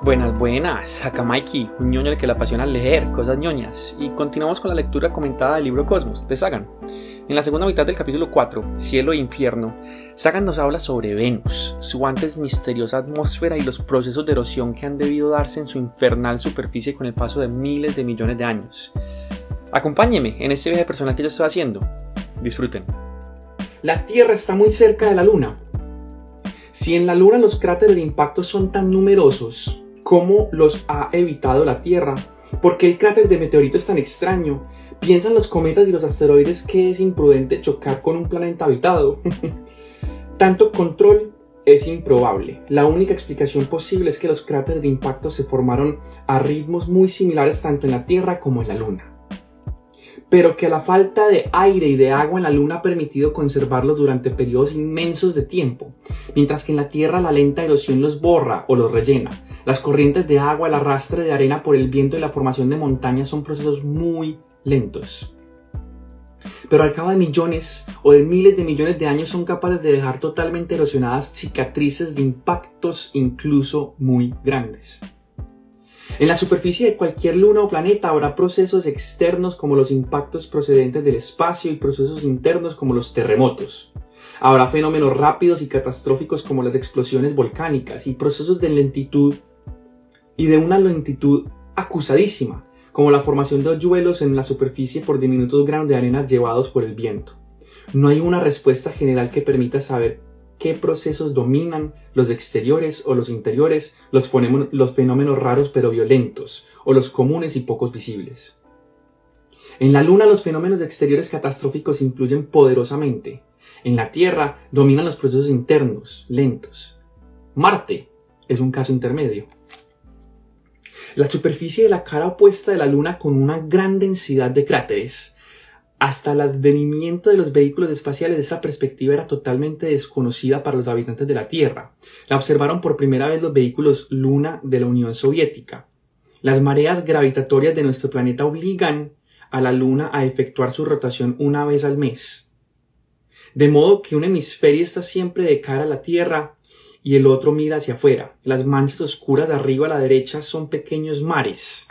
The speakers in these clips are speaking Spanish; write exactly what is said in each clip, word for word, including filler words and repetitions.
Buenas, buenas, acá Mikey, un ñoño al que le apasiona leer cosas ñoñas, y continuamos con la lectura comentada del libro Cosmos, de Sagan. En la segunda mitad del capítulo cuatro, Cielo e Infierno, Sagan nos habla sobre Venus, su antes misteriosa atmósfera y los procesos de erosión que han debido darse en su infernal superficie con el paso de miles de millones de años. Acompáñenme en este viaje personal que yo estoy haciendo. Disfruten. La Tierra está muy cerca de la Luna. Si en la Luna los cráteres de impacto son tan numerosos, ¿cómo los ha evitado la Tierra? ¿Por qué el cráter de meteorito es tan extraño? ¿Piensan los cometas y los asteroides que es imprudente chocar con un planeta habitado? Tanto control es improbable. La única explicación posible es que los cráteres de impacto se formaron a ritmos muy similares tanto en la Tierra como en la Luna, pero que la falta de aire y de agua en la Luna ha permitido conservarlos durante periodos inmensos de tiempo, mientras que en la Tierra la lenta erosión los borra o los rellena. Las corrientes de agua, el arrastre de arena por el viento y la formación de montañas son procesos muy lentos, pero al cabo de millones o de miles de millones de años son capaces de dejar totalmente erosionadas cicatrices de impactos incluso muy grandes. En la superficie de cualquier luna o planeta habrá procesos externos como los impactos procedentes del espacio y procesos internos como los terremotos. Habrá fenómenos rápidos y catastróficos como las explosiones volcánicas y procesos de lentitud y de una lentitud acusadísima como la formación de hoyuelos en la superficie por diminutos granos de arena llevados por el viento. No hay una respuesta general que permita saber qué procesos dominan, los exteriores o los interiores, los, fonemo- los fenómenos raros pero violentos, o los comunes y pocos visibles. En la Luna los fenómenos exteriores catastróficos influyen poderosamente. En la Tierra dominan los procesos internos, lentos. Marte es un caso intermedio. La superficie de la cara opuesta de la Luna con una gran densidad de cráteres. Hasta el advenimiento de los vehículos espaciales, esa perspectiva era totalmente desconocida para los habitantes de la Tierra. La observaron por primera vez los vehículos Luna de la Unión Soviética. Las mareas gravitatorias de nuestro planeta obligan a la Luna a efectuar su rotación una vez al mes. De modo que un hemisferio está siempre de cara a la Tierra y el otro mira hacia afuera. Las manchas oscuras de arriba a la derecha son pequeños mares.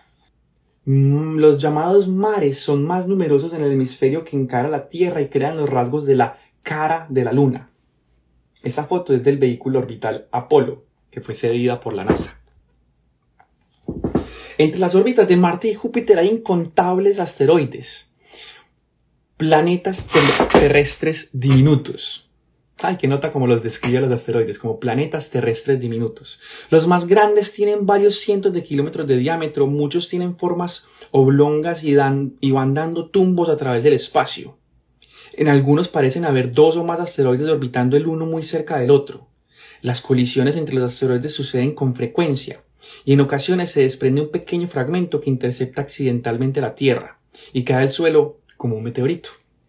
Los llamados mares son más numerosos en el hemisferio que encara la Tierra y crean los rasgos de la cara de la Luna. Esta foto es del vehículo orbital Apolo, que fue cedida por la NASA. Entre las órbitas de Marte y Júpiter hay incontables asteroides, planetas ter- terrestres diminutos. Ay, qué nota como los describe los asteroides, como planetas terrestres diminutos. Los más grandes tienen varios cientos de kilómetros de diámetro, muchos tienen formas oblongas y, dan, y van dando tumbos a través del espacio. En algunos parecen haber dos o más asteroides orbitando el uno muy cerca del otro. Las colisiones entre los asteroides suceden con frecuencia, y en ocasiones se desprende un pequeño fragmento que intercepta accidentalmente la Tierra, y cae al suelo como un meteorito.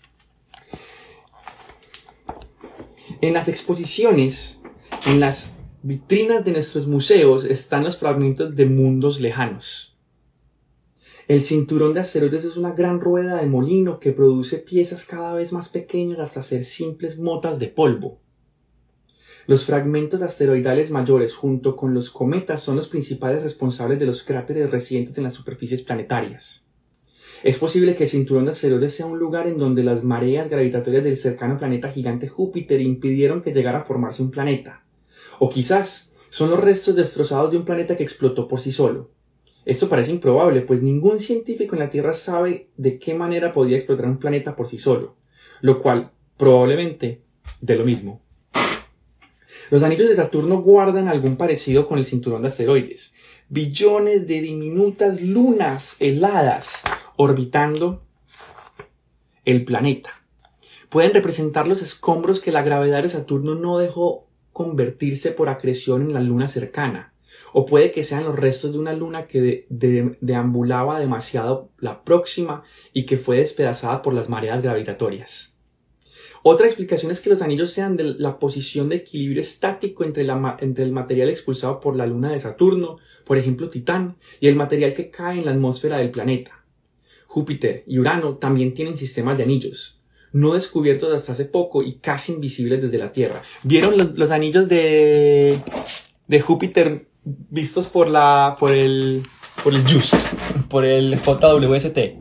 En las exposiciones, en las vitrinas de nuestros museos, están los fragmentos de mundos lejanos. El cinturón de asteroides es una gran rueda de molino que produce piezas cada vez más pequeñas hasta ser simples motas de polvo. Los fragmentos asteroidales mayores, junto con los cometas, son los principales responsables de los cráteres recientes en las superficies planetarias. Es posible que el cinturón de asteroides sea un lugar en donde las mareas gravitatorias del cercano planeta gigante Júpiter impidieron que llegara a formarse un planeta. O quizás son los restos destrozados de un planeta que explotó por sí solo. Esto parece improbable, pues ningún científico en la Tierra sabe de qué manera podría explotar un planeta por sí solo, lo cual probablemente de lo mismo. Los anillos de Saturno guardan algún parecido con el cinturón de asteroides. Billones de diminutas lunas heladas orbitando el planeta. Pueden representar los escombros que la gravedad de Saturno no dejó convertirse por acreción en la luna cercana. O puede que sean los restos de una luna que de, de, deambulaba demasiado la próxima y que fue despedazada por las mareas gravitatorias. Otra explicación es que los anillos sean de la posición de equilibrio estático entre, la, entre el material expulsado por la luna de Saturno, por ejemplo Titán, y el material que cae en la atmósfera del planeta. Júpiter y Urano también tienen sistemas de anillos, no descubiertos hasta hace poco y casi invisibles desde la Tierra. ¿Vieron los, los anillos de, de Júpiter vistos por la por el por el JUST, por el J W S T.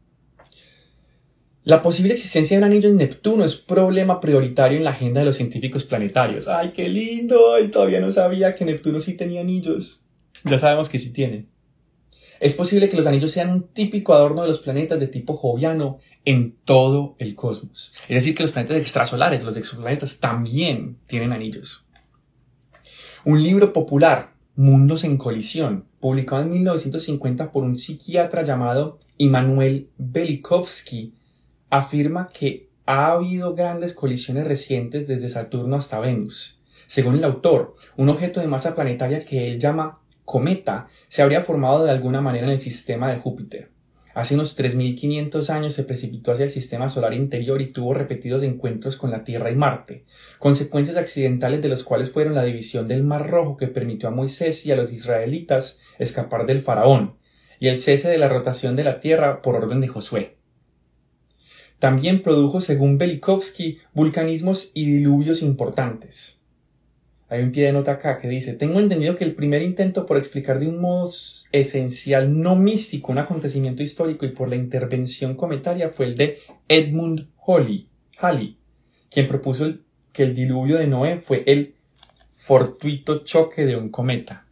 La posible existencia de un anillo en Neptuno es problema prioritario en la agenda de los científicos planetarios. ¡Ay, qué lindo! Y todavía no sabía que Neptuno sí tenía anillos. Ya sabemos que sí tiene. Es posible que los anillos sean un típico adorno de los planetas de tipo joviano en todo el cosmos. Es decir, que los planetas extrasolares, los exoplanetas, también tienen anillos. Un libro popular, Mundos en colisión, publicado en mil novecientos cincuenta por un psiquiatra llamado Immanuel Velikovsky, afirma que ha habido grandes colisiones recientes desde Saturno hasta Venus. Según el autor, un objeto de masa planetaria que él llama cometa se habría formado de alguna manera en el sistema de Júpiter. Hace unos tres mil quinientos años se precipitó hacia el sistema solar interior y tuvo repetidos encuentros con la Tierra y Marte, consecuencias accidentales de los cuales fueron la división del Mar Rojo que permitió a Moisés y a los israelitas escapar del faraón, y el cese de la rotación de la Tierra por orden de Josué. También produjo, según Velikovsky, vulcanismos y diluvios importantes. Hay un pie de nota acá que dice: tengo entendido que el primer intento por explicar de un modo esencial no místico un acontecimiento histórico y por la intervención cometaria fue el de Edmund Halley, Halley quien propuso el, que el diluvio de Noé fue el fortuito choque de un cometa.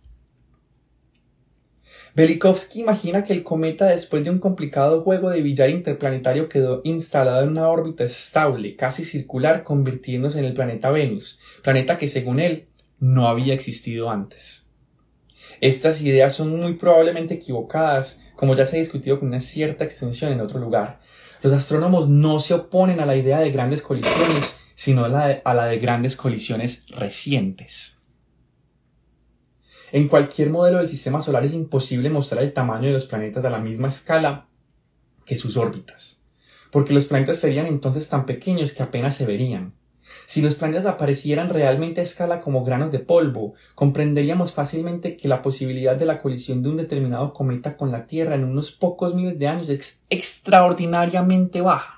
Velikovsky imagina que el cometa, después de un complicado juego de billar interplanetario, quedó instalado en una órbita estable, casi circular, convirtiéndose en el planeta Venus, planeta que según él no había existido antes. Estas ideas son muy probablemente equivocadas, como ya se ha discutido con una cierta extensión en otro lugar. Los astrónomos no se oponen a la idea de grandes colisiones, sino a la de, a la de grandes colisiones recientes. En cualquier modelo del sistema solar es imposible mostrar el tamaño de los planetas a la misma escala que sus órbitas, porque los planetas serían entonces tan pequeños que apenas se verían. Si los planetas aparecieran realmente a escala como granos de polvo, comprenderíamos fácilmente que la posibilidad de la colisión de un determinado cometa con la Tierra en unos pocos miles de años es extraordinariamente baja.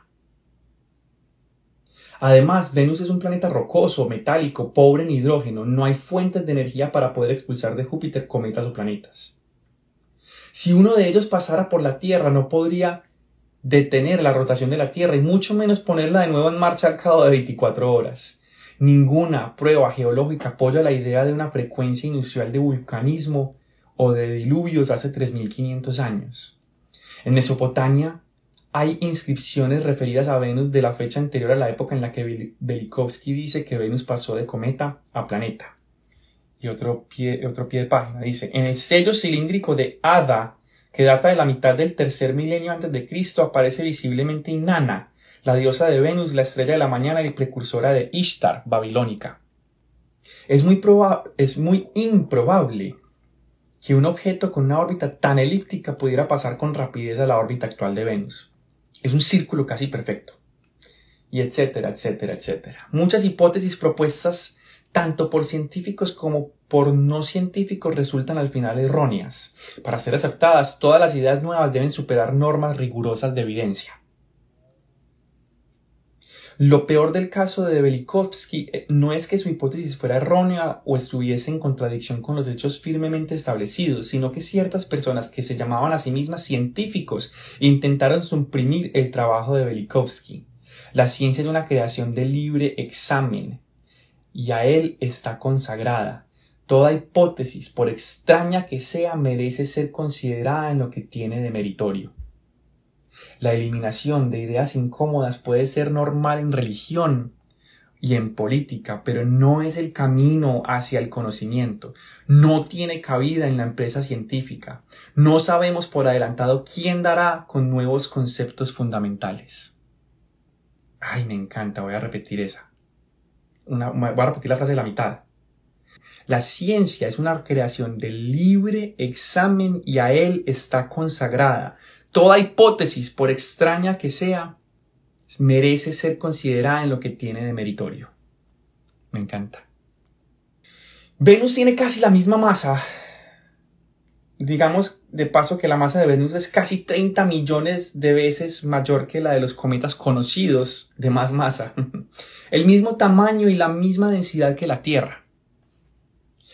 Además, Venus es un planeta rocoso, metálico, pobre en hidrógeno. No hay fuentes de energía para poder expulsar de Júpiter cometas o planetas. Si uno de ellos pasara por la Tierra, no podría detener la rotación de la Tierra y mucho menos ponerla de nuevo en marcha al cabo de veinticuatro horas. Ninguna prueba geológica apoya la idea de una frecuencia inusual de vulcanismo o de diluvios hace tres mil quinientos años. En Mesopotamia hay inscripciones referidas a Venus de la fecha anterior a la época en la que Velikovsky dice que Venus pasó de cometa a planeta. Y otro pie, otro pie de página dice: en el sello cilíndrico de Ada, que data de la mitad del tercer milenio antes de Cristo, aparece visiblemente Inanna, la diosa de Venus, la estrella de la mañana y precursora de Ishtar, babilónica. Es muy, proba- es muy improbable que un objeto con una órbita tan elíptica pudiera pasar con rapidez a la órbita actual de Venus. Es un círculo casi perfecto. Y etcétera, etcétera, etcétera. Muchas hipótesis propuestas tanto por científicos como por no científicos resultan al final erróneas. Para ser aceptadas, todas las ideas nuevas deben superar normas rigurosas de evidencia. Lo peor del caso de Velikovsky no es que su hipótesis fuera errónea o estuviese en contradicción con los hechos firmemente establecidos, sino que ciertas personas que se llamaban a sí mismas científicos intentaron suprimir el trabajo de Velikovsky. La ciencia es una creación de libre examen y a él está consagrada. Toda hipótesis, por extraña que sea, merece ser considerada en lo que tiene de meritorio. La eliminación de ideas incómodas puede ser normal en religión y en política, pero no es el camino hacia el conocimiento. No tiene cabida en la empresa científica. No sabemos por adelantado quién dará con nuevos conceptos fundamentales. Ay, me encanta, voy a repetir esa. Una, voy a repetir la frase de la mitad. La ciencia es una creación del libre examen y a él está consagrada. Toda hipótesis, por extraña que sea, merece ser considerada en lo que tiene de meritorio. Me encanta. Venus tiene casi la misma masa. Digamos de paso que la masa de Venus es casi treinta millones de veces mayor que la de los cometas conocidos de más masa. El mismo tamaño y la misma densidad que la Tierra.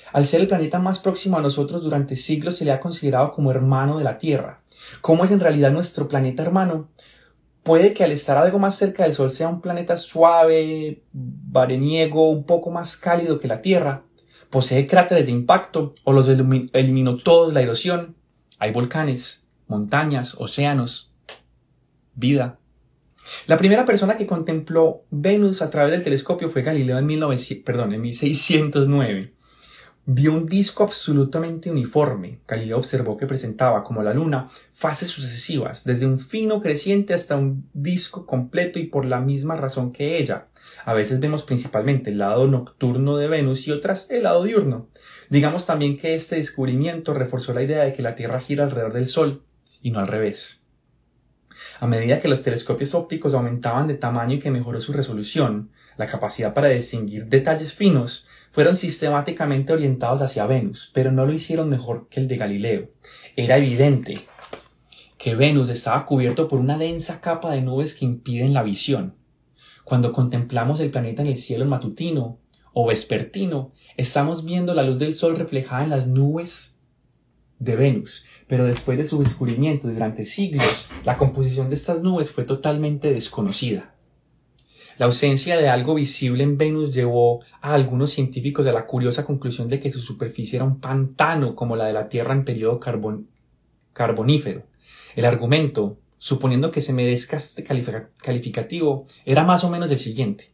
Al ser el planeta más próximo a nosotros, durante siglos se le ha considerado como hermano de la Tierra. ¿Cómo es en realidad nuestro planeta hermano? Puede que al estar algo más cerca del Sol sea un planeta suave, vareniego, un poco más cálido que la Tierra. Posee cráteres de impacto o los eliminó todos la erosión. Hay volcanes, montañas, océanos, vida. La primera persona que contempló Venus a través del telescopio fue Galileo en, mil novecientos, perdón, en mil seiscientos nueve. Vio un disco absolutamente uniforme. Galileo observó que presentaba, como la Luna, fases sucesivas, desde un fino creciente hasta un disco completo y por la misma razón que ella. A veces vemos principalmente el lado nocturno de Venus y otras el lado diurno. Digamos también que este descubrimiento reforzó la idea de que la Tierra gira alrededor del Sol y no al revés. A medida que los telescopios ópticos aumentaban de tamaño y que mejoró su resolución, la capacidad para distinguir detalles finos, fueron sistemáticamente orientados hacia Venus, pero no lo hicieron mejor que el de Galileo. Era evidente que Venus estaba cubierto por una densa capa de nubes que impiden la visión. Cuando contemplamos el planeta en el cielo matutino o vespertino, estamos viendo la luz del Sol reflejada en las nubes de Venus, pero después de su descubrimiento durante siglos, la composición de estas nubes fue totalmente desconocida. La ausencia de algo visible en Venus llevó a algunos científicos a la curiosa conclusión de que su superficie era un pantano como la de la Tierra en periodo carbon- carbonífero. El argumento, suponiendo que se merezca este calific- calificativo, era más o menos el siguiente.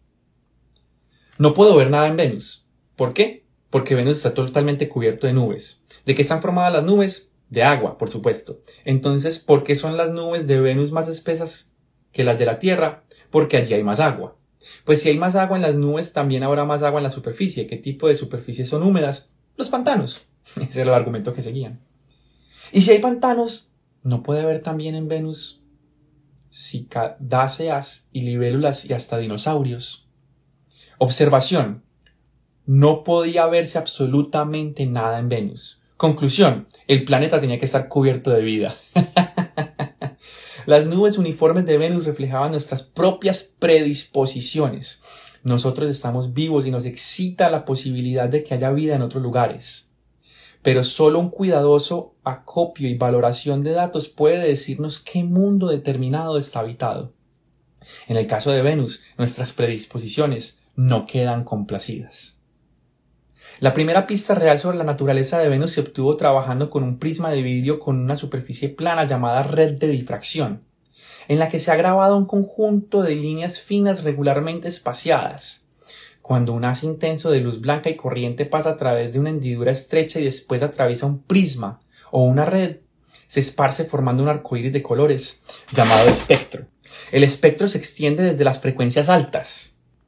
No puedo ver nada en Venus. ¿Por qué? Porque Venus está totalmente cubierto de nubes. ¿De qué están formadas las nubes? De agua, por supuesto. Entonces, ¿por qué son las nubes de Venus más espesas que las de la Tierra? Porque allí hay más agua. Pues si hay más agua en las nubes, también habrá más agua en la superficie. ¿Qué tipo de superficies son húmedas? Los pantanos. Ese era el argumento que seguían. Y si hay pantanos, ¿no puede haber también en Venus cicadáceas y libélulas y hasta dinosaurios? Observación. No podía verse absolutamente nada en Venus. Conclusión. El planeta tenía que estar cubierto de vida. Las nubes uniformes de Venus reflejaban nuestras propias predisposiciones. Nosotros estamos vivos y nos excita la posibilidad de que haya vida en otros lugares. Pero solo un cuidadoso acopio y valoración de datos puede decirnos qué mundo determinado está habitado. En el caso de Venus, nuestras predisposiciones no quedan complacidas. La primera pista real sobre la naturaleza de Venus se obtuvo trabajando con un prisma de vidrio con una superficie plana llamada red de difracción, en la que se ha grabado un conjunto de líneas finas regularmente espaciadas. Cuando un haz intenso de luz blanca y corriente pasa a través de una hendidura estrecha y después atraviesa un prisma o una red, se esparce formando un arcoíris de colores llamado espectro. El espectro se extiende desde las frecuencias altas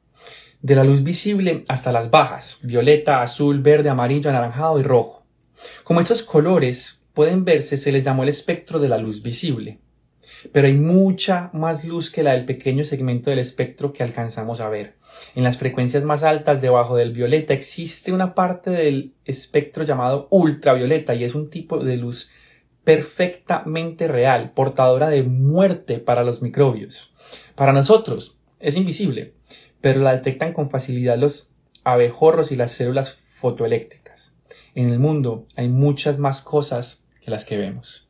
de la luz visible hasta las bajas, violeta, azul, verde, amarillo, anaranjado y rojo. Como estos colores pueden verse, se les llamó el espectro de la luz visible. Pero hay mucha más luz que la del pequeño segmento del espectro que alcanzamos a ver. En las frecuencias más altas, debajo del violeta, existe una parte del espectro llamado ultravioleta y es un tipo de luz perfectamente real, portadora de muerte para los microbios. Para nosotros es invisible, pero la detectan con facilidad los abejorros y las células fotoeléctricas. En el mundo hay muchas más cosas que las que vemos.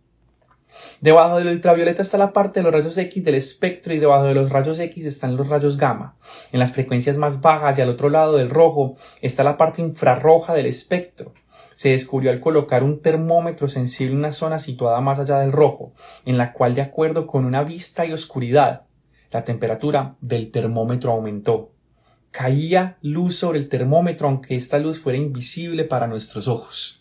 Debajo del ultravioleta está la parte de los rayos X del espectro y debajo de los rayos X están los rayos gamma. En las frecuencias más bajas y al otro lado del rojo está la parte infrarroja del espectro. Se descubrió al colocar un termómetro sensible en una zona situada más allá del rojo, en la cual, de acuerdo con una vista y oscuridad, la temperatura del termómetro aumentó. Caía luz sobre el termómetro aunque esta luz fuera invisible para nuestros ojos.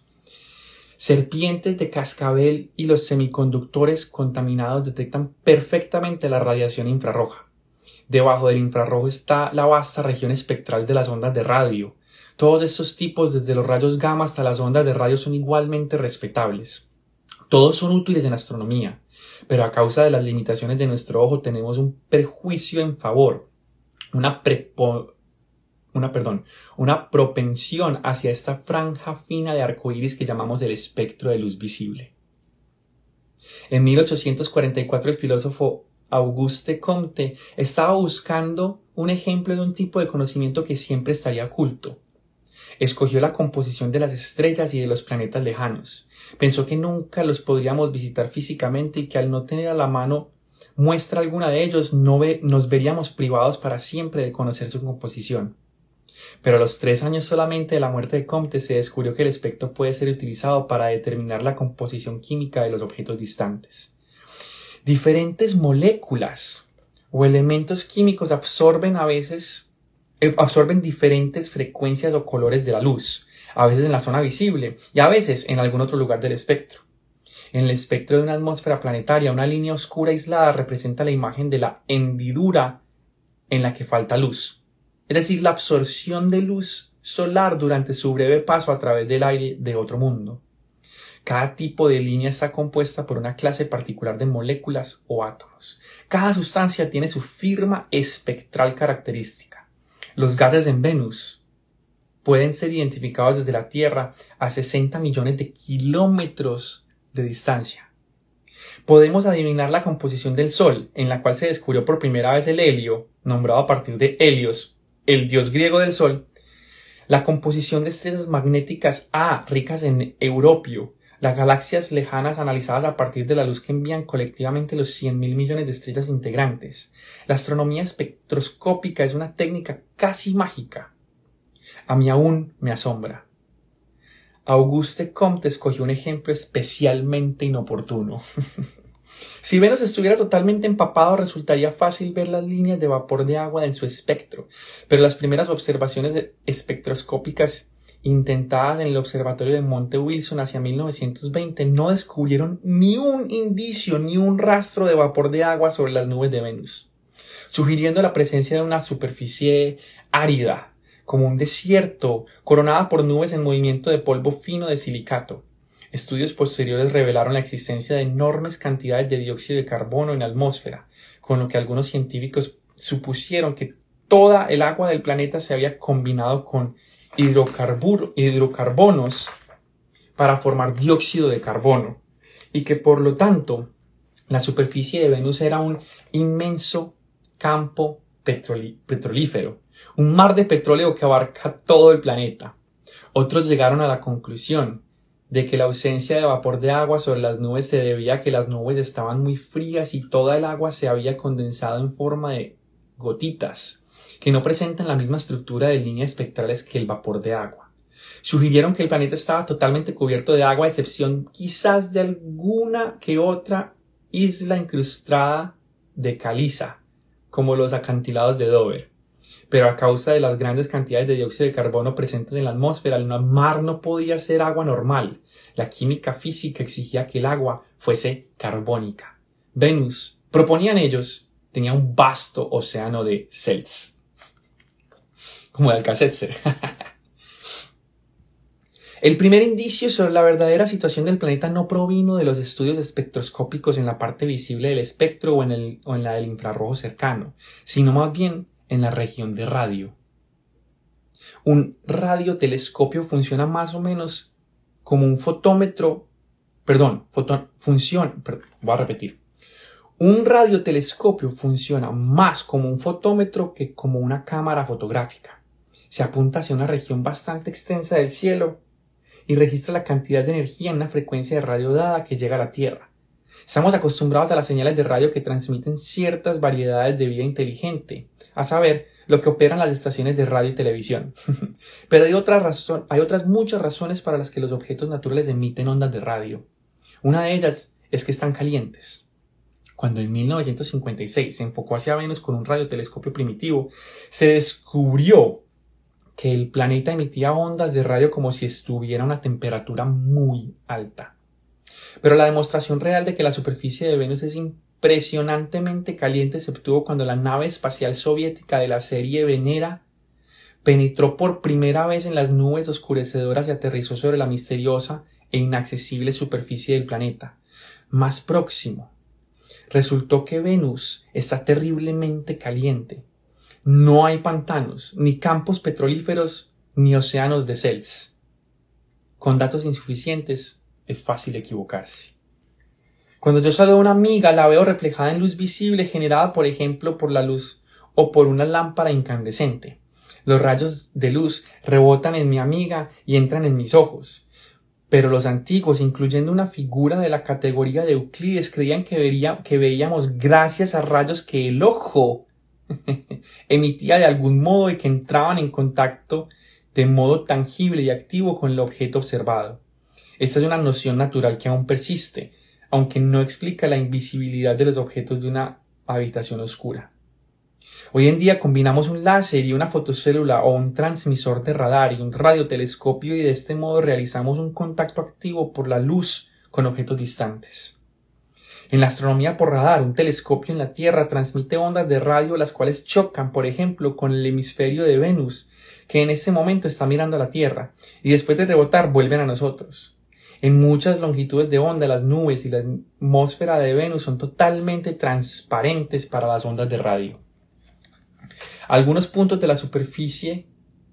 Serpientes de cascabel y los semiconductores contaminados detectan perfectamente la radiación infrarroja. Debajo del infrarrojo está la vasta región espectral de las ondas de radio. Todos estos tipos, desde los rayos gamma hasta las ondas de radio, son igualmente respetables. Todos son útiles en astronomía, pero a causa de las limitaciones de nuestro ojo tenemos un prejuicio en favor, una, prepo, una, perdón, una propensión hacia esta franja fina de arcoíris que llamamos el espectro de luz visible. En mil ochocientos cuarenta y cuatro el filósofo Auguste Comte estaba buscando un ejemplo de un tipo de conocimiento que siempre estaría oculto. Escogió la composición de las estrellas y de los planetas lejanos. Pensó que nunca los podríamos visitar físicamente y que al no tener a la mano muestra alguna de ellos, no ve, nos veríamos privados para siempre de conocer su composición. Pero a los tres años solamente de la muerte de Comte se descubrió que el espectro puede ser utilizado para determinar la composición química de los objetos distantes. Diferentes moléculas o elementos químicos absorben a veces eh, absorben diferentes frecuencias o colores de la luz, a veces en la zona visible y a veces en algún otro lugar del espectro. En el espectro de una atmósfera planetaria, una línea oscura aislada representa la imagen de la hendidura en la que falta luz, es decir, la absorción de luz solar durante su breve paso a través del aire de otro mundo. Cada tipo de línea está compuesta por una clase particular de moléculas o átomos. Cada sustancia tiene su firma espectral característica. Los gases en Venus pueden ser identificados desde la Tierra a sesenta millones de kilómetros de distancia. Podemos adivinar la composición del Sol, en la cual se descubrió por primera vez el helio, nombrado a partir de Helios, el dios griego del Sol, la composición de estrellas magnéticas A, ricas en europio, las galaxias lejanas analizadas a partir de la luz que envían colectivamente los cien mil millones de estrellas integrantes. La astronomía espectroscópica es una técnica casi mágica. A mí aún me asombra. Auguste Comte escogió un ejemplo especialmente inoportuno. Si Venus estuviera totalmente empapado, resultaría fácil ver las líneas de vapor de agua en su espectro, pero las primeras observaciones espectroscópicas intentadas en el observatorio de Monte Wilson hacia mil novecientos veinte no descubrieron ni un indicio ni un rastro de vapor de agua sobre las nubes de Venus, sugiriendo la presencia de una superficie árida, como un desierto, coronada por nubes en movimiento de polvo fino de silicato. Estudios posteriores revelaron la existencia de enormes cantidades de dióxido de carbono en la atmósfera, con lo que algunos científicos supusieron que toda el agua del planeta se había combinado con hidrocarbonos para formar dióxido de carbono, y que por lo tanto la superficie de Venus era un inmenso campo petroli- petrolífero, un mar de petróleo que abarca todo el planeta. Otros llegaron a la conclusión de que la ausencia de vapor de agua sobre las nubes se debía a que las nubes estaban muy frías y toda el agua se había condensado en forma de gotitas, que no presentan la misma estructura de líneas espectrales que el vapor de agua. Sugirieron que el planeta estaba totalmente cubierto de agua, a excepción quizás de alguna que otra isla incrustada de caliza, como los acantilados de Dover. Pero a causa de las grandes cantidades de dióxido de carbono presentes en la atmósfera, el mar no podía ser agua normal. La química física exigía que el agua fuese carbónica. Venus, proponían ellos, tenía un vasto océano de Seltz, como de Alka-Seltzer. El primer indicio sobre la verdadera situación del planeta no provino de los estudios espectroscópicos en la parte visible del espectro o en, el, o en la del infrarrojo cercano, sino más bien en la región de radio. Un radiotelescopio funciona más o menos como un fotómetro, perdón, fotón, funciona, perdón, voy a repetir. Un radiotelescopio funciona más como un fotómetro que como una cámara fotográfica. Se apunta hacia una región bastante extensa del cielo y registra la cantidad de energía en una frecuencia de radio dada que llega a la Tierra. Estamos acostumbrados a las señales de radio que transmiten ciertas variedades de vida inteligente, a saber, lo que operan las estaciones de radio y televisión. Pero hay, otra razón, hay otras muchas razones para las que los objetos naturales emiten ondas de radio. Una de ellas es que están calientes. Cuando en mil novecientos cincuenta y seis se enfocó hacia Venus con un radiotelescopio primitivo, se descubrió que el planeta emitía ondas de radio como si estuviera a una temperatura muy alta. Pero la demostración real de que la superficie de Venus es impresionantemente caliente se obtuvo cuando la nave espacial soviética de la serie Venera penetró por primera vez en las nubes oscurecedoras y aterrizó sobre la misteriosa e inaccesible superficie del planeta. Más próximo, resultó que Venus está terriblemente caliente. No hay pantanos, ni campos petrolíferos, ni océanos de Seltz. Con datos insuficientes, es fácil equivocarse. Cuando yo saludo a una amiga, la veo reflejada en luz visible generada, por ejemplo, por la luz o por una lámpara incandescente. Los rayos de luz rebotan en mi amiga y entran en mis ojos. Pero los antiguos, incluyendo una figura de la categoría de Euclides, creían que, vería, que veíamos gracias a rayos que el ojo emitía de algún modo y que entraban en contacto de modo tangible y activo con el objeto observado. Esta es una noción natural que aún persiste, aunque no explica la invisibilidad de los objetos de una habitación oscura. Hoy en día combinamos un láser y una fotocélula o un transmisor de radar y un radiotelescopio y de este modo realizamos un contacto activo por la luz con objetos distantes. En la astronomía por radar, un telescopio en la Tierra transmite ondas de radio las cuales chocan, por ejemplo, con el hemisferio de Venus, que en este momento está mirando a la Tierra, y después de rebotar vuelven a nosotros. En muchas longitudes de onda, las nubes y la atmósfera de Venus son totalmente transparentes para las ondas de radio. Algunos puntos de la superficie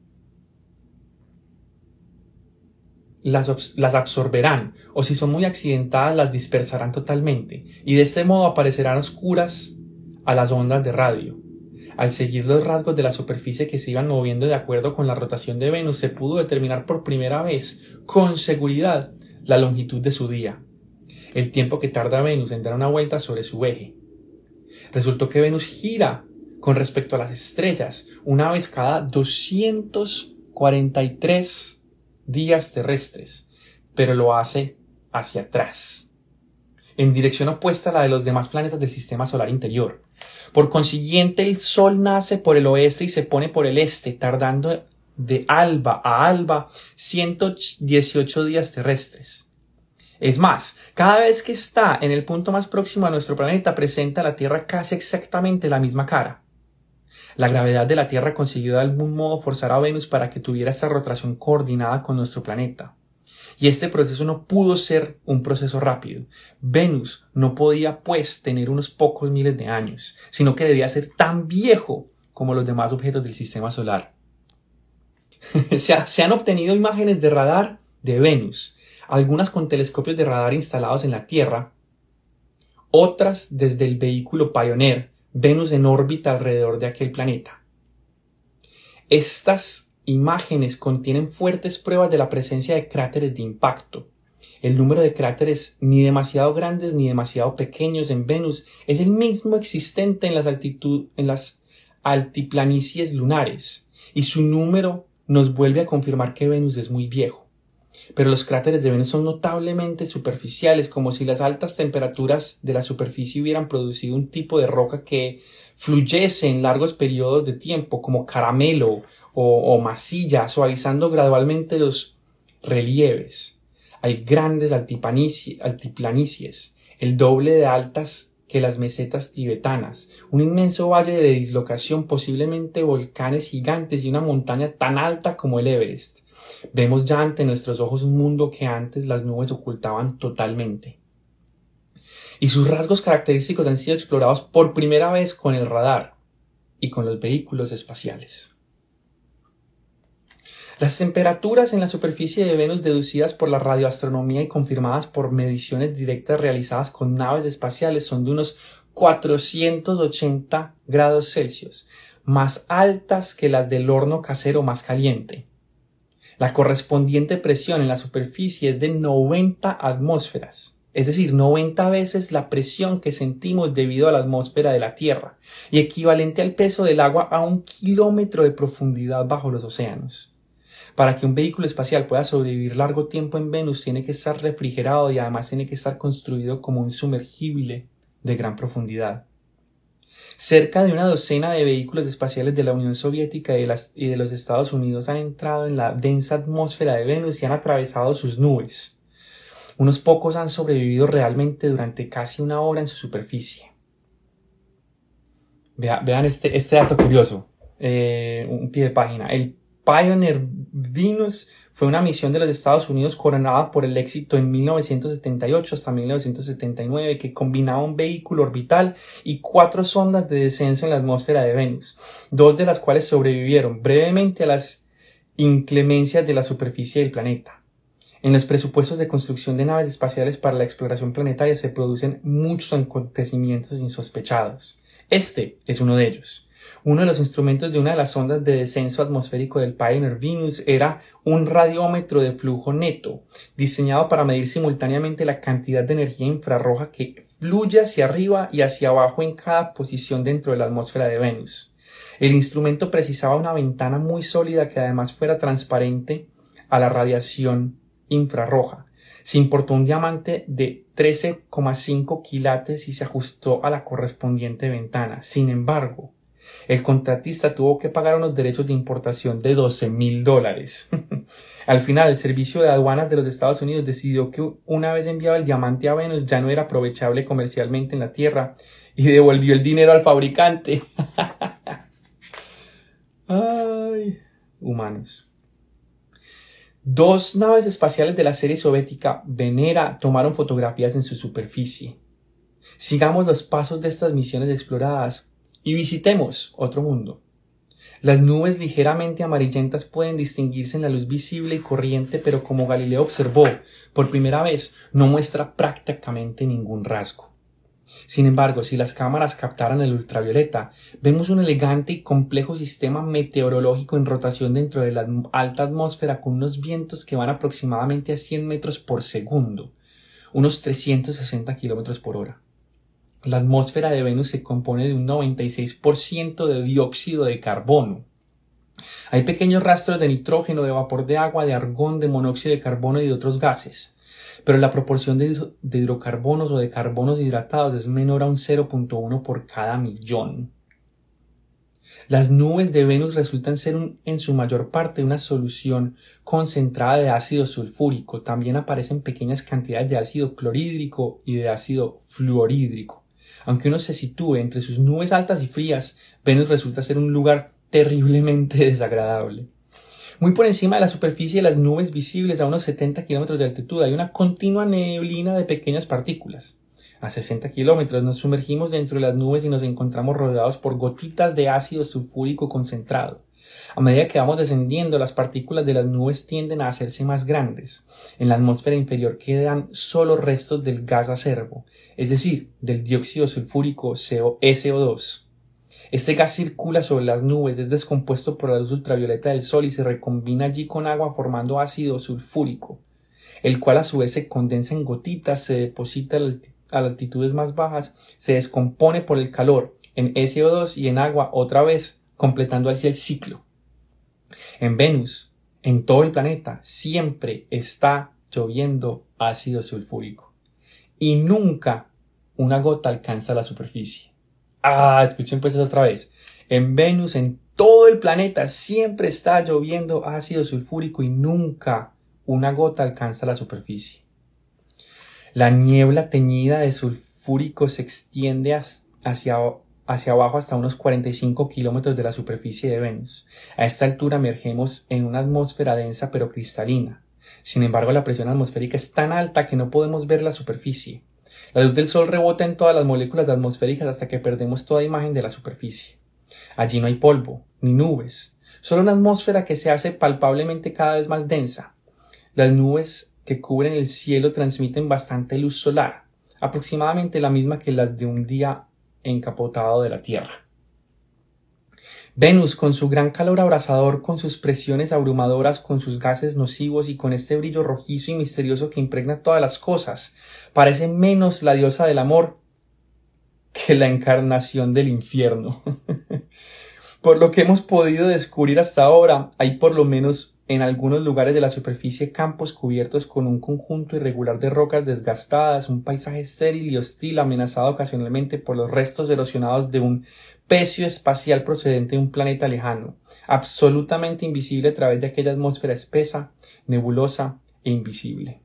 las, las absorberán, o si son muy accidentadas las dispersarán totalmente, y de este modo aparecerán oscuras a las ondas de radio. Al seguir los rasgos de la superficie que se iban moviendo de acuerdo con la rotación de Venus, se pudo determinar por primera vez, con seguridad, la longitud de su día, el tiempo que tarda Venus en dar una vuelta sobre su eje. Resultó que Venus gira con respecto a las estrellas una vez cada doscientos cuarenta y tres días terrestres, pero lo hace hacia atrás, en dirección opuesta a la de los demás planetas del sistema solar interior. Por consiguiente, el Sol nace por el oeste y se pone por el este, tardando de alba a alba ciento dieciocho días terrestres. Es más, cada vez que está en el punto más próximo a nuestro planeta, presenta a la Tierra casi exactamente la misma cara. La gravedad de la Tierra consiguió de algún modo forzar a Venus para que tuviera esta rotación coordinada con nuestro planeta. Y este proceso no pudo ser un proceso rápido. Venus no podía, pues, tener unos pocos miles de años, sino que debía ser tan viejo como los demás objetos del sistema solar. se, ha, se han obtenido imágenes de radar de Venus, algunas con telescopios de radar instalados en la Tierra, otras desde el vehículo Pioneer, Venus en órbita alrededor de aquel planeta. Estas imágenes contienen fuertes pruebas de la presencia de cráteres de impacto. El número de cráteres ni demasiado grandes ni demasiado pequeños en Venus es el mismo existente en las, altitud, en las altiplanicies lunares, y su número nos vuelve a confirmar que Venus es muy viejo. Pero los cráteres de Venus son notablemente superficiales, como si las altas temperaturas de la superficie hubieran producido un tipo de roca que fluyese en largos periodos de tiempo, como caramelo o, o masilla, suavizando gradualmente los relieves. Hay grandes altiplanicies, el doble de altas que las mesetas tibetanas, un inmenso valle de dislocación, posiblemente volcanes gigantes y una montaña tan alta como el Everest. Vemos ya ante nuestros ojos un mundo que antes las nubes ocultaban totalmente. Y sus rasgos característicos han sido explorados por primera vez con el radar y con los vehículos espaciales. Las temperaturas en la superficie de Venus deducidas por la radioastronomía y confirmadas por mediciones directas realizadas con naves espaciales son de unos cuatrocientos ochenta grados Celsius, más altas que las del horno casero más caliente. La correspondiente presión en la superficie es de noventa atmósferas, es decir, noventa veces la presión que sentimos debido a la atmósfera de la Tierra, y equivalente al peso del agua a un kilómetro de profundidad bajo los océanos. Para que un vehículo espacial pueda sobrevivir largo tiempo en Venus, tiene que estar refrigerado y además tiene que estar construido como un sumergible de gran profundidad. Cerca de una docena de vehículos espaciales de la Unión Soviética y de, las, y de los Estados Unidos han entrado en la densa atmósfera de Venus y han atravesado sus nubes. Unos pocos han sobrevivido realmente durante casi una hora en su superficie. Vea, vean este, este dato curioso, eh, un pie de página. El Pioneer Venus fue una misión de los Estados Unidos coronada por el éxito en mil novecientos setenta y ocho hasta mil novecientos setenta y nueve, que combinaba un vehículo orbital y cuatro sondas de descenso en la atmósfera de Venus, dos de las cuales sobrevivieron brevemente a las inclemencias de la superficie del planeta. En los presupuestos de construcción de naves espaciales para la exploración planetaria se producen muchos acontecimientos insospechados. Este es uno de ellos. Uno de los instrumentos de una de las sondas de descenso atmosférico del Pioneer Venus era un radiómetro de flujo neto, diseñado para medir simultáneamente la cantidad de energía infrarroja que fluye hacia arriba y hacia abajo en cada posición dentro de la atmósfera de Venus. El instrumento precisaba una ventana muy sólida que además fuera transparente a la radiación infrarroja. Se importó un diamante de trece coma cinco quilates y se ajustó a la correspondiente ventana. Sin embargo, el contratista tuvo que pagar unos derechos de importación de doce mil dólares. Al final, el Servicio de Aduanas de los Estados Unidos decidió que una vez enviado el diamante a Venus ya no era aprovechable comercialmente en la Tierra y devolvió el dinero al fabricante. Ay, humanos. Dos naves espaciales de la serie soviética Venera tomaron fotografías en su superficie. Sigamos los pasos de estas misiones exploradas y visitemos otro mundo. Las nubes ligeramente amarillentas pueden distinguirse en la luz visible y corriente, pero como Galileo observó por primera vez, no muestra prácticamente ningún rasgo. Sin embargo, si las cámaras captaran el ultravioleta, vemos un elegante y complejo sistema meteorológico en rotación dentro de la alta atmósfera con unos vientos que van aproximadamente a cien metros por segundo, unos trescientos sesenta kilómetros por hora. La atmósfera de Venus se compone de un noventa y seis por ciento de dióxido de carbono. Hay pequeños rastros de nitrógeno, de vapor de agua, de argón, de monóxido de carbono y de otros gases, pero la proporción de, de hidrocarbonos o de carbonos hidratados es menor a un cero punto uno por cada millón. Las nubes de Venus resultan ser un, en su mayor parte una solución concentrada de ácido sulfúrico. También aparecen pequeñas cantidades de ácido clorhídrico y de ácido fluorhídrico. Aunque uno se sitúe entre sus nubes altas y frías, Venus resulta ser un lugar terriblemente desagradable. Muy por encima de la superficie de las nubes visibles a unos setenta kilómetros de altitud hay una continua neblina de pequeñas partículas. A sesenta kilómetros nos sumergimos dentro de las nubes y nos encontramos rodeados por gotitas de ácido sulfúrico concentrado. A medida que vamos descendiendo, las partículas de las nubes tienden a hacerse más grandes. En la atmósfera inferior quedan solo restos del gas acerbo, es decir, del dióxido sulfúrico S O dos. Este gas circula sobre las nubes, es descompuesto por la luz ultravioleta del sol y se recombina allí con agua formando ácido sulfúrico, el cual a su vez se condensa en gotitas, se deposita a altitudes más bajas, se descompone por el calor en S O dos y en agua otra vez, completando así el ciclo. En Venus, en todo el planeta, siempre está lloviendo ácido sulfúrico y nunca una gota alcanza la superficie. Ah, escuchen pues eso otra vez. En Venus, en todo el planeta, siempre está lloviendo ácido sulfúrico y nunca una gota alcanza la superficie. La niebla teñida de sulfúrico se extiende hacia, hacia abajo hasta unos cuarenta y cinco kilómetros de la superficie de Venus. A esta altura emergemos en una atmósfera densa pero cristalina. Sin embargo, la presión atmosférica es tan alta que no podemos ver la superficie. La luz del sol rebota en todas las moléculas atmosféricas hasta que perdemos toda imagen de la superficie. Allí no hay polvo, ni nubes, solo una atmósfera que se hace palpablemente cada vez más densa. Las nubes que cubren el cielo transmiten bastante luz solar, aproximadamente la misma que las de un día encapotado de la Tierra. Venus, con su gran calor abrasador, con sus presiones abrumadoras, con sus gases nocivos y con este brillo rojizo y misterioso que impregna todas las cosas, parece menos la diosa del amor que la encarnación del infierno. Por lo que hemos podido descubrir hasta ahora, hay por lo menos en algunos lugares de la superficie campos cubiertos con un conjunto irregular de rocas desgastadas, un paisaje estéril y hostil amenazado ocasionalmente por los restos erosionados de un pecio espacial procedente de un planeta lejano, absolutamente invisible a través de aquella atmósfera espesa, nebulosa e invisible.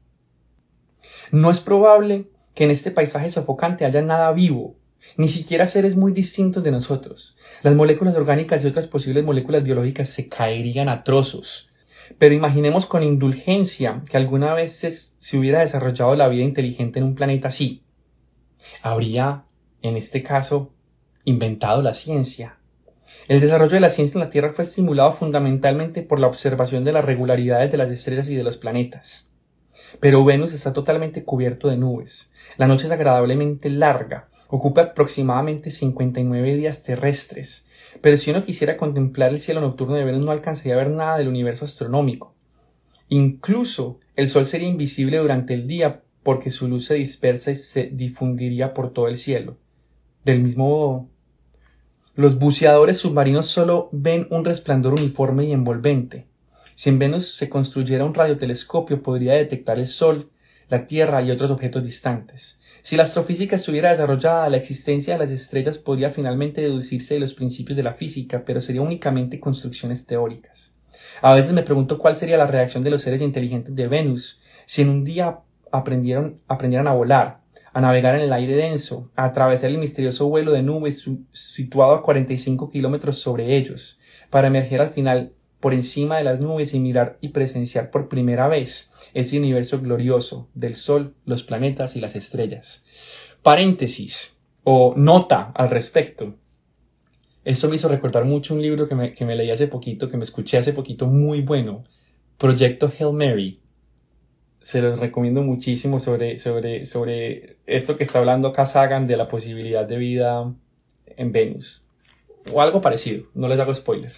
No es probable que en este paisaje sofocante haya nada vivo, ni siquiera seres muy distintos de nosotros. Las moléculas orgánicas y otras posibles moléculas biológicas se caerían a trozos. Pero imaginemos con indulgencia que alguna vez se, se hubiera desarrollado la vida inteligente en un planeta así. Habría, en este caso, inventado la ciencia. El desarrollo de la ciencia en la Tierra fue estimulado fundamentalmente por la observación de las regularidades de las estrellas y de los planetas. Pero Venus está totalmente cubierto de nubes. La noche es agradablemente larga, ocupa aproximadamente cincuenta y nueve días terrestres. Pero si uno quisiera contemplar el cielo nocturno de Venus no alcanzaría a ver nada del universo astronómico. Incluso el Sol sería invisible durante el día porque su luz se dispersa y se difundiría por todo el cielo. Del mismo modo, los buceadores submarinos solo ven un resplandor uniforme y envolvente. Si en Venus se construyera un radiotelescopio, podría detectar el Sol, la Tierra y otros objetos distantes. Si la astrofísica estuviera desarrollada, la existencia de las estrellas podría finalmente deducirse de los principios de la física, pero sería únicamente construcciones teóricas. A veces me pregunto cuál sería la reacción de los seres inteligentes de Venus si en un día aprendieron, aprendieran a volar, a navegar en el aire denso, a atravesar el misterioso vuelo de nubes situado a cuarenta y cinco kilómetros sobre ellos, para emerger al final por encima de las nubes y mirar y presenciar por primera vez ese universo glorioso del Sol, los planetas y las estrellas. Paréntesis o nota al respecto. Esto me hizo recordar mucho un libro que me, que me leí hace poquito, que me escuché hace poquito, muy bueno, Proyecto Hail Mary. Se los recomiendo muchísimo sobre, sobre, sobre esto que está hablando acá Sagan de la posibilidad de vida en Venus. O algo parecido, no les hago spoiler.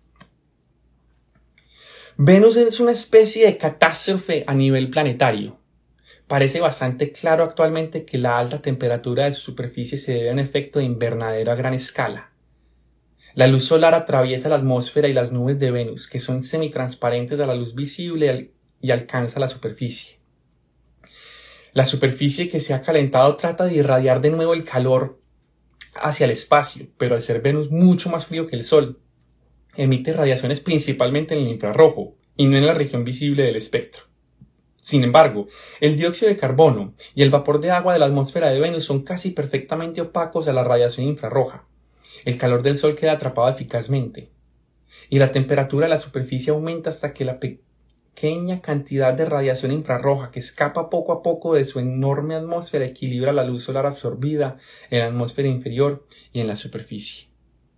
Venus es una especie de catástrofe a nivel planetario. Parece bastante claro actualmente que la alta temperatura de su superficie se debe a un efecto de invernadero a gran escala. La luz solar atraviesa la atmósfera y las nubes de Venus, que son semitransparentes a la luz visible y alcanza la superficie. La superficie que se ha calentado trata de irradiar de nuevo el calor hacia el espacio, pero al ser Venus mucho más frío que el Sol, emite radiaciones principalmente en el infrarrojo y no en la región visible del espectro. Sin embargo, el dióxido de carbono y el vapor de agua de la atmósfera de Venus son casi perfectamente opacos a la radiación infrarroja. El calor del Sol queda atrapado eficazmente y la temperatura de la superficie aumenta hasta que la pequeña cantidad de radiación infrarroja que escapa poco a poco de su enorme atmósfera equilibra la luz solar absorbida en la atmósfera inferior y en la superficie.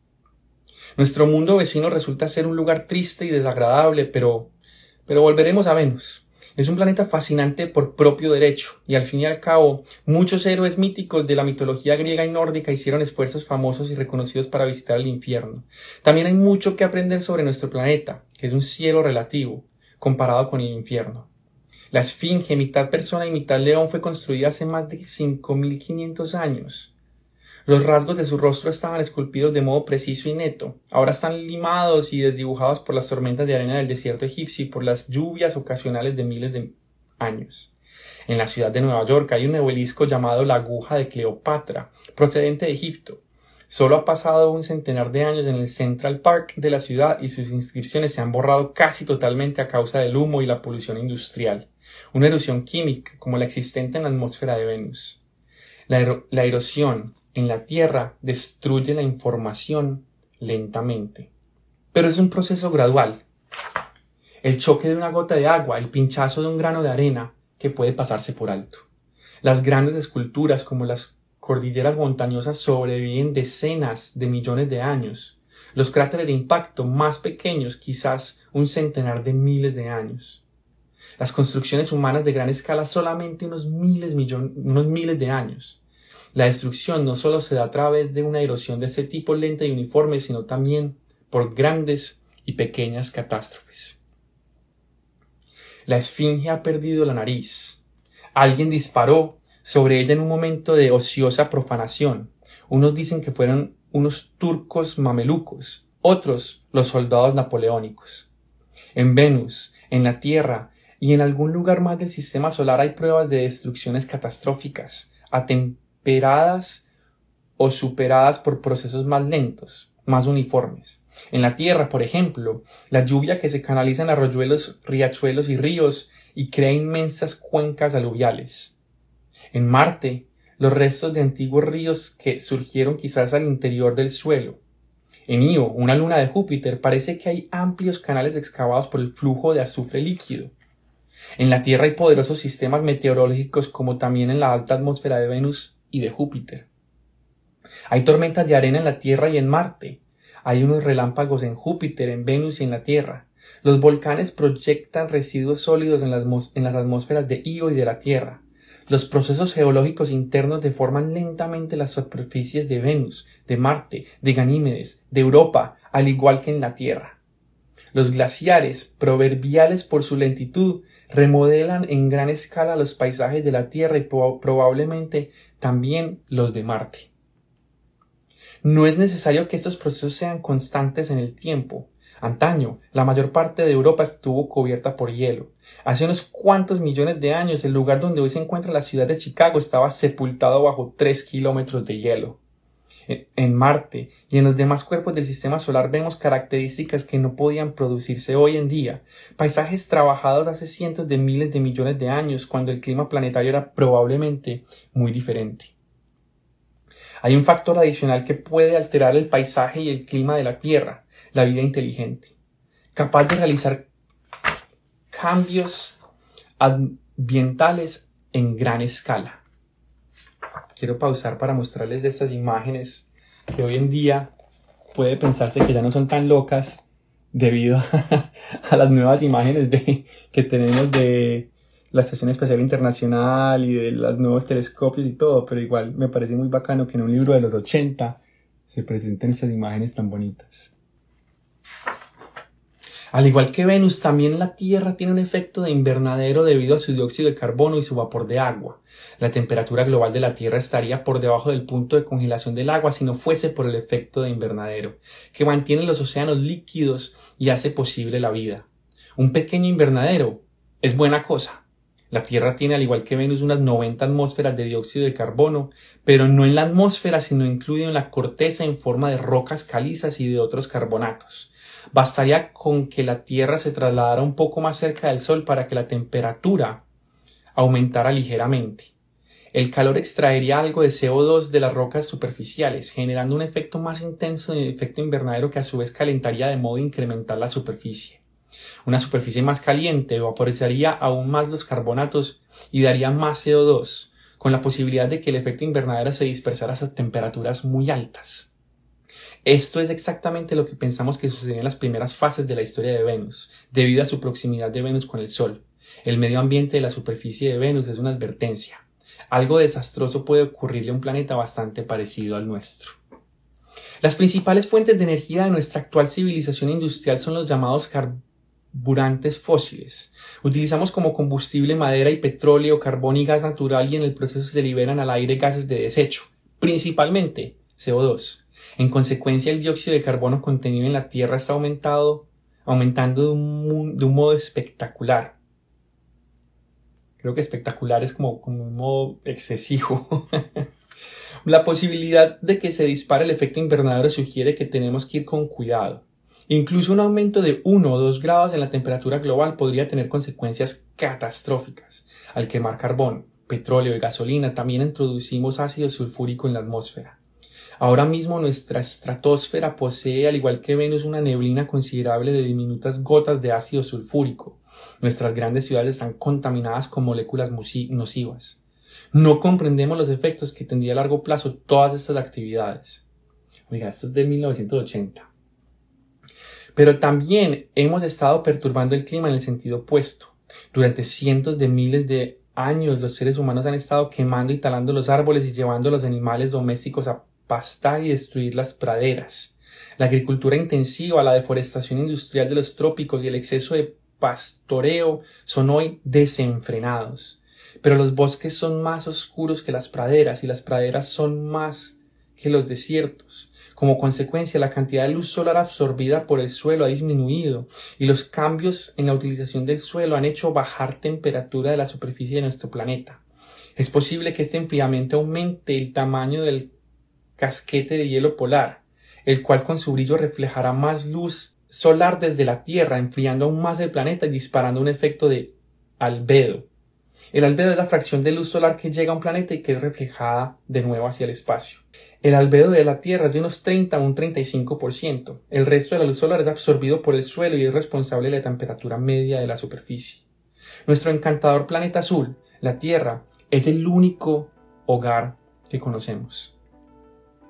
Nuestro mundo vecino resulta ser un lugar triste y desagradable, pero, pero volveremos a Venus. Es un planeta fascinante por propio derecho, y al fin y al cabo, muchos héroes míticos de la mitología griega y nórdica hicieron esfuerzos famosos y reconocidos para visitar el infierno. También hay mucho que aprender sobre nuestro planeta, que es un cielo relativo, comparado con el infierno. La Esfinge, mitad persona y mitad león, fue construida hace más de cinco mil quinientos años. Los rasgos de su rostro estaban esculpidos de modo preciso y neto. Ahora están limados y desdibujados por las tormentas de arena del desierto egipcio y por las lluvias ocasionales de miles de años. En la ciudad de Nueva York hay un obelisco llamado la Aguja de Cleopatra, procedente de Egipto. Solo ha pasado un centenar de años en el Central Park de la ciudad y sus inscripciones se han borrado casi totalmente a causa del humo y la polución industrial. Una erosión química como la existente en la atmósfera de Venus. La, ero- la erosión en la Tierra destruye la información lentamente. Pero es un proceso gradual. El choque de una gota de agua, el pinchazo de un grano de arena que puede pasarse por alto. Las grandes esculturas como las cordilleras montañosas sobreviven decenas de millones de años. Los cráteres de impacto más pequeños quizás un centenar de miles de años. Las construcciones humanas de gran escala solamente unos miles, millon- unos miles de años. La destrucción no solo se da a través de una erosión de ese tipo lenta y uniforme, sino también por grandes y pequeñas catástrofes. La Esfinge ha perdido la nariz. Alguien disparó sobre ella en un momento de ociosa profanación. Unos dicen que fueron unos turcos mamelucos, otros los soldados napoleónicos. En Venus, en la Tierra y en algún lugar más del sistema solar hay pruebas de destrucciones catastróficas, atemperadas o superadas por procesos más lentos, más uniformes. En la Tierra, por ejemplo, la lluvia que se canaliza en arroyuelos, riachuelos y ríos y crea inmensas cuencas aluviales. En Marte, los restos de antiguos ríos que surgieron quizás al interior del suelo. En Io, una luna de Júpiter, parece que hay amplios canales excavados por el flujo de azufre líquido. En la Tierra hay poderosos sistemas meteorológicos como también en la alta atmósfera de Venus y de Júpiter. Hay tormentas de arena en la Tierra y en Marte. Hay unos relámpagos en Júpiter, en Venus y en la Tierra. Los volcanes proyectan residuos sólidos en las, en las atmósferas de Io y de la Tierra. Los procesos geológicos internos deforman lentamente las superficies de Venus, de Marte, de Ganímedes, de Europa, al igual que en la Tierra. Los glaciares, proverbiales por su lentitud, remodelan en gran escala los paisajes de la Tierra y po- probablemente también los de Marte. No es necesario que estos procesos sean constantes en el tiempo. Antaño, la mayor parte de Europa estuvo cubierta por hielo. Hace unos cuantos millones de años, el lugar donde hoy se encuentra la ciudad de Chicago estaba sepultado bajo tres kilómetros de hielo. En Marte y en los demás cuerpos del sistema solar vemos características que no podían producirse hoy en día, paisajes trabajados hace cientos de miles de millones de años, cuando el clima planetario era probablemente muy diferente. Hay un factor adicional que puede alterar el paisaje y el clima de la Tierra: la vida inteligente, capaz de realizar cambios ambientales en gran escala. Quiero pausar para mostrarles estas imágenes que hoy en día puede pensarse que ya no son tan locas debido a, a las nuevas imágenes de, que tenemos de la Estación Espacial Internacional y de los nuevos telescopios y todo, pero igual me parece muy bacano que en un libro de los ochenta se presenten estas imágenes tan bonitas. Al igual que Venus, también la Tierra tiene un efecto de invernadero debido a su dióxido de carbono y su vapor de agua. La temperatura global de la Tierra estaría por debajo del punto de congelación del agua si no fuese por el efecto de invernadero, que mantiene los océanos líquidos y hace posible la vida. Un pequeño invernadero es buena cosa. La Tierra tiene, al igual que Venus, unas noventa atmósferas de dióxido de carbono, pero no en la atmósfera, sino incluido en la corteza en forma de rocas calizas y de otros carbonatos. Bastaría con que la Tierra se trasladara un poco más cerca del Sol para que la temperatura aumentara ligeramente. El calor extraería algo de C O dos de las rocas superficiales, generando un efecto más intenso de efecto invernadero que a su vez calentaría de modo a incrementar la superficie. Una superficie más caliente vaporizaría aún más los carbonatos y daría más C O dos, con la posibilidad de que el efecto invernadero se dispersara a temperaturas muy altas. Esto es exactamente lo que pensamos que sucedía en las primeras fases de la historia de Venus, debido a su proximidad de Venus con el Sol. El medio ambiente de la superficie de Venus es una advertencia. Algo desastroso puede ocurrirle a un planeta bastante parecido al nuestro. Las principales fuentes de energía de nuestra actual civilización industrial son los llamados carburantes fósiles. Utilizamos como combustible madera y petróleo, carbón y gas natural, y en el proceso se liberan al aire gases de desecho, principalmente C O dos. En consecuencia, el dióxido de carbono contenido en la Tierra está aumentado, aumentando de un, de un modo espectacular. Creo que espectacular es como, como un modo excesivo. La posibilidad de que se dispare el efecto invernadero sugiere que tenemos que ir con cuidado. Incluso un aumento de uno o dos grados en la temperatura global podría tener consecuencias catastróficas. Al quemar carbón, petróleo y gasolina, también introducimos ácido sulfúrico en la atmósfera. Ahora mismo nuestra estratosfera posee, al igual que Venus, una neblina considerable de diminutas gotas de ácido sulfúrico. Nuestras grandes ciudades están contaminadas con moléculas nocivas. No comprendemos los efectos que tendría a largo plazo todas estas actividades. Oiga, esto es de mil novecientos ochenta. Pero también hemos estado perturbando el clima en el sentido opuesto. Durante cientos de miles de años los seres humanos han estado quemando y talando los árboles y llevando a los animales domésticos a pastar y destruir las praderas. La agricultura intensiva, la deforestación industrial de los trópicos y el exceso de pastoreo son hoy desenfrenados. Pero los bosques son más oscuros que las praderas y las praderas son más que los desiertos. Como consecuencia, la cantidad de luz solar absorbida por el suelo ha disminuido y los cambios en la utilización del suelo han hecho bajar temperatura de la superficie de nuestro planeta. Es posible que este enfriamiento aumente el tamaño del casquete de hielo polar, el cual con su brillo reflejará más luz solar desde la Tierra, enfriando aún más el planeta y disparando un efecto de albedo. El albedo es la fracción de luz solar que llega a un planeta y que es reflejada de nuevo hacia el espacio. El albedo de la Tierra es de unos treinta a un treinta y cinco por ciento. El resto de la luz solar es absorbido por el suelo y es responsable de la temperatura media de la superficie. Nuestro encantador planeta azul, la Tierra, es el único hogar que conocemos.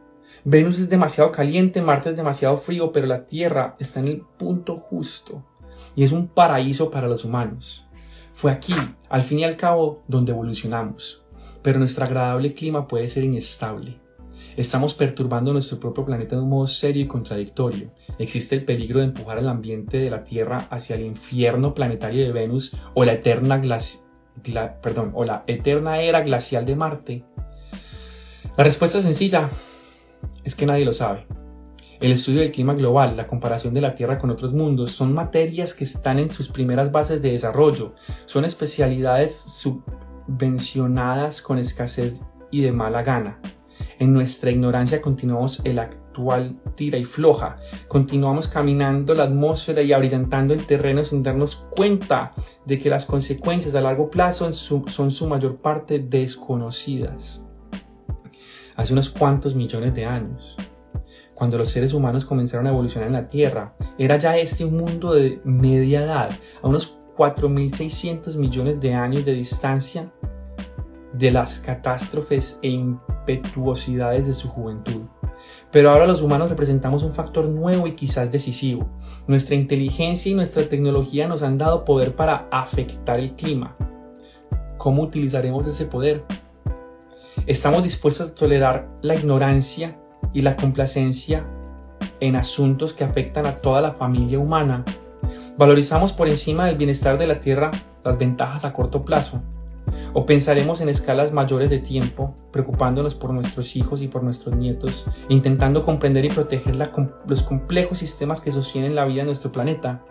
Venus es demasiado caliente, Marte es demasiado frío, pero la Tierra está en el punto justo. y es un paraíso para los humanos. Fue aquí, al fin y al cabo, donde evolucionamos, pero nuestro agradable clima puede ser inestable. Estamos perturbando nuestro propio planeta de un modo serio y contradictorio. Existe el peligro de empujar el ambiente de la Tierra hacia el infierno planetario de Venus o la eterna, glaci... Gla... Perdón, o la eterna era glacial de Marte. La respuesta sencilla es que nadie lo sabe. El estudio del clima global, la comparación de la Tierra con otros mundos, son materias que están en sus primeras bases de desarrollo. Son especialidades subvencionadas con escasez y de mala gana. En nuestra ignorancia continuamos el actual tira y floja. Continuamos caminando la atmósfera y abrillantando el terreno sin darnos cuenta de que las consecuencias a largo plazo en su, son su mayor parte desconocidas. Hace unos cuantos millones de años, cuando los seres humanos comenzaron a evolucionar en la Tierra, era ya este un mundo de media edad, a unos cuatro mil seiscientos millones de años de distancia de las catástrofes e impetuosidades de su juventud. Pero ahora los humanos representamos un factor nuevo y quizás decisivo. Nuestra inteligencia y nuestra tecnología nos han dado poder para afectar el clima. ¿Cómo utilizaremos ese poder? ¿Estamos dispuestos a tolerar la ignorancia y la complacencia en asuntos que afectan a toda la familia humana? ¿Valorizamos por encima del bienestar de la Tierra las ventajas a corto plazo? ¿O pensaremos en escalas mayores de tiempo, preocupándonos por nuestros hijos y por nuestros nietos, intentando comprender y proteger la, los complejos sistemas que sostienen la vida en nuestro planeta?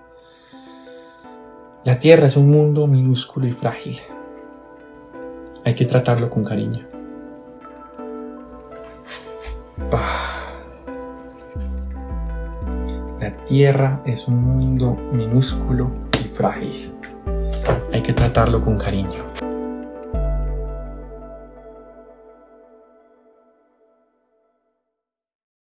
La Tierra es un mundo minúsculo y frágil. Hay que tratarlo con cariño. La Tierra es un mundo minúsculo y frágil. Hay que tratarlo con cariño.